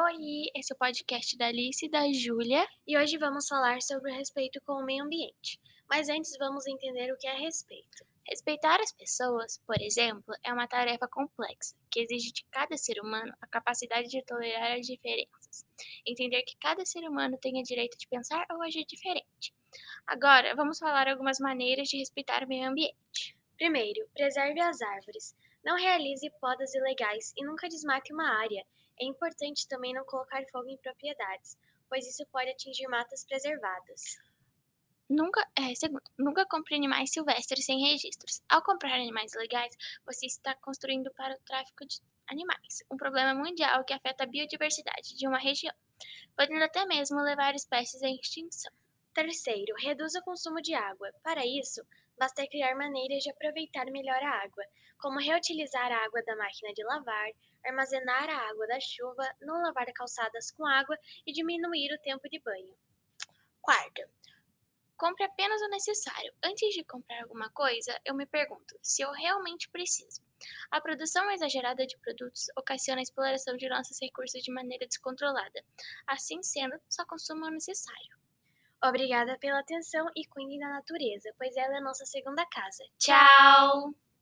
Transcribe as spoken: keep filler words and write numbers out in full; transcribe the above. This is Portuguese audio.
Oi, esse é o podcast da Alice e da Júlia. E hoje vamos falar sobre o respeito com o meio ambiente. Mas antes vamos entender o que é respeito. Respeitar as pessoas, por exemplo, é uma tarefa complexa que exige de cada ser humano a capacidade de tolerar as diferenças, entender que cada ser humano tem o direito de pensar ou agir diferente. Agora, vamos falar algumas maneiras de respeitar o meio ambiente. Primeiro, preserve as árvores. Não realize podas ilegais e nunca desmate uma área. É importante também não colocar fogo em propriedades, pois isso pode atingir matas preservadas. Nunca, é, segundo, nunca compre animais silvestres sem registros. Ao comprar animais legais, você está construindo para o tráfico de animais, um problema mundial que afeta a biodiversidade de uma região, podendo até mesmo levar espécies à extinção. Terceiro, reduza o consumo de água. Para isso, basta criar maneiras de aproveitar melhor a água, como reutilizar a água da máquina de lavar, armazenar a água da chuva, não lavar calçadas com água e diminuir o tempo de banho. Quarto, compre apenas o necessário. Antes de comprar alguma coisa, eu me pergunto se eu realmente preciso. A produção exagerada de produtos ocasiona a exploração de nossos recursos de maneira descontrolada. Assim sendo, só consumo o necessário. Obrigada pela atenção e cuide da natureza, pois ela é nossa segunda casa. Tchau! Tchau!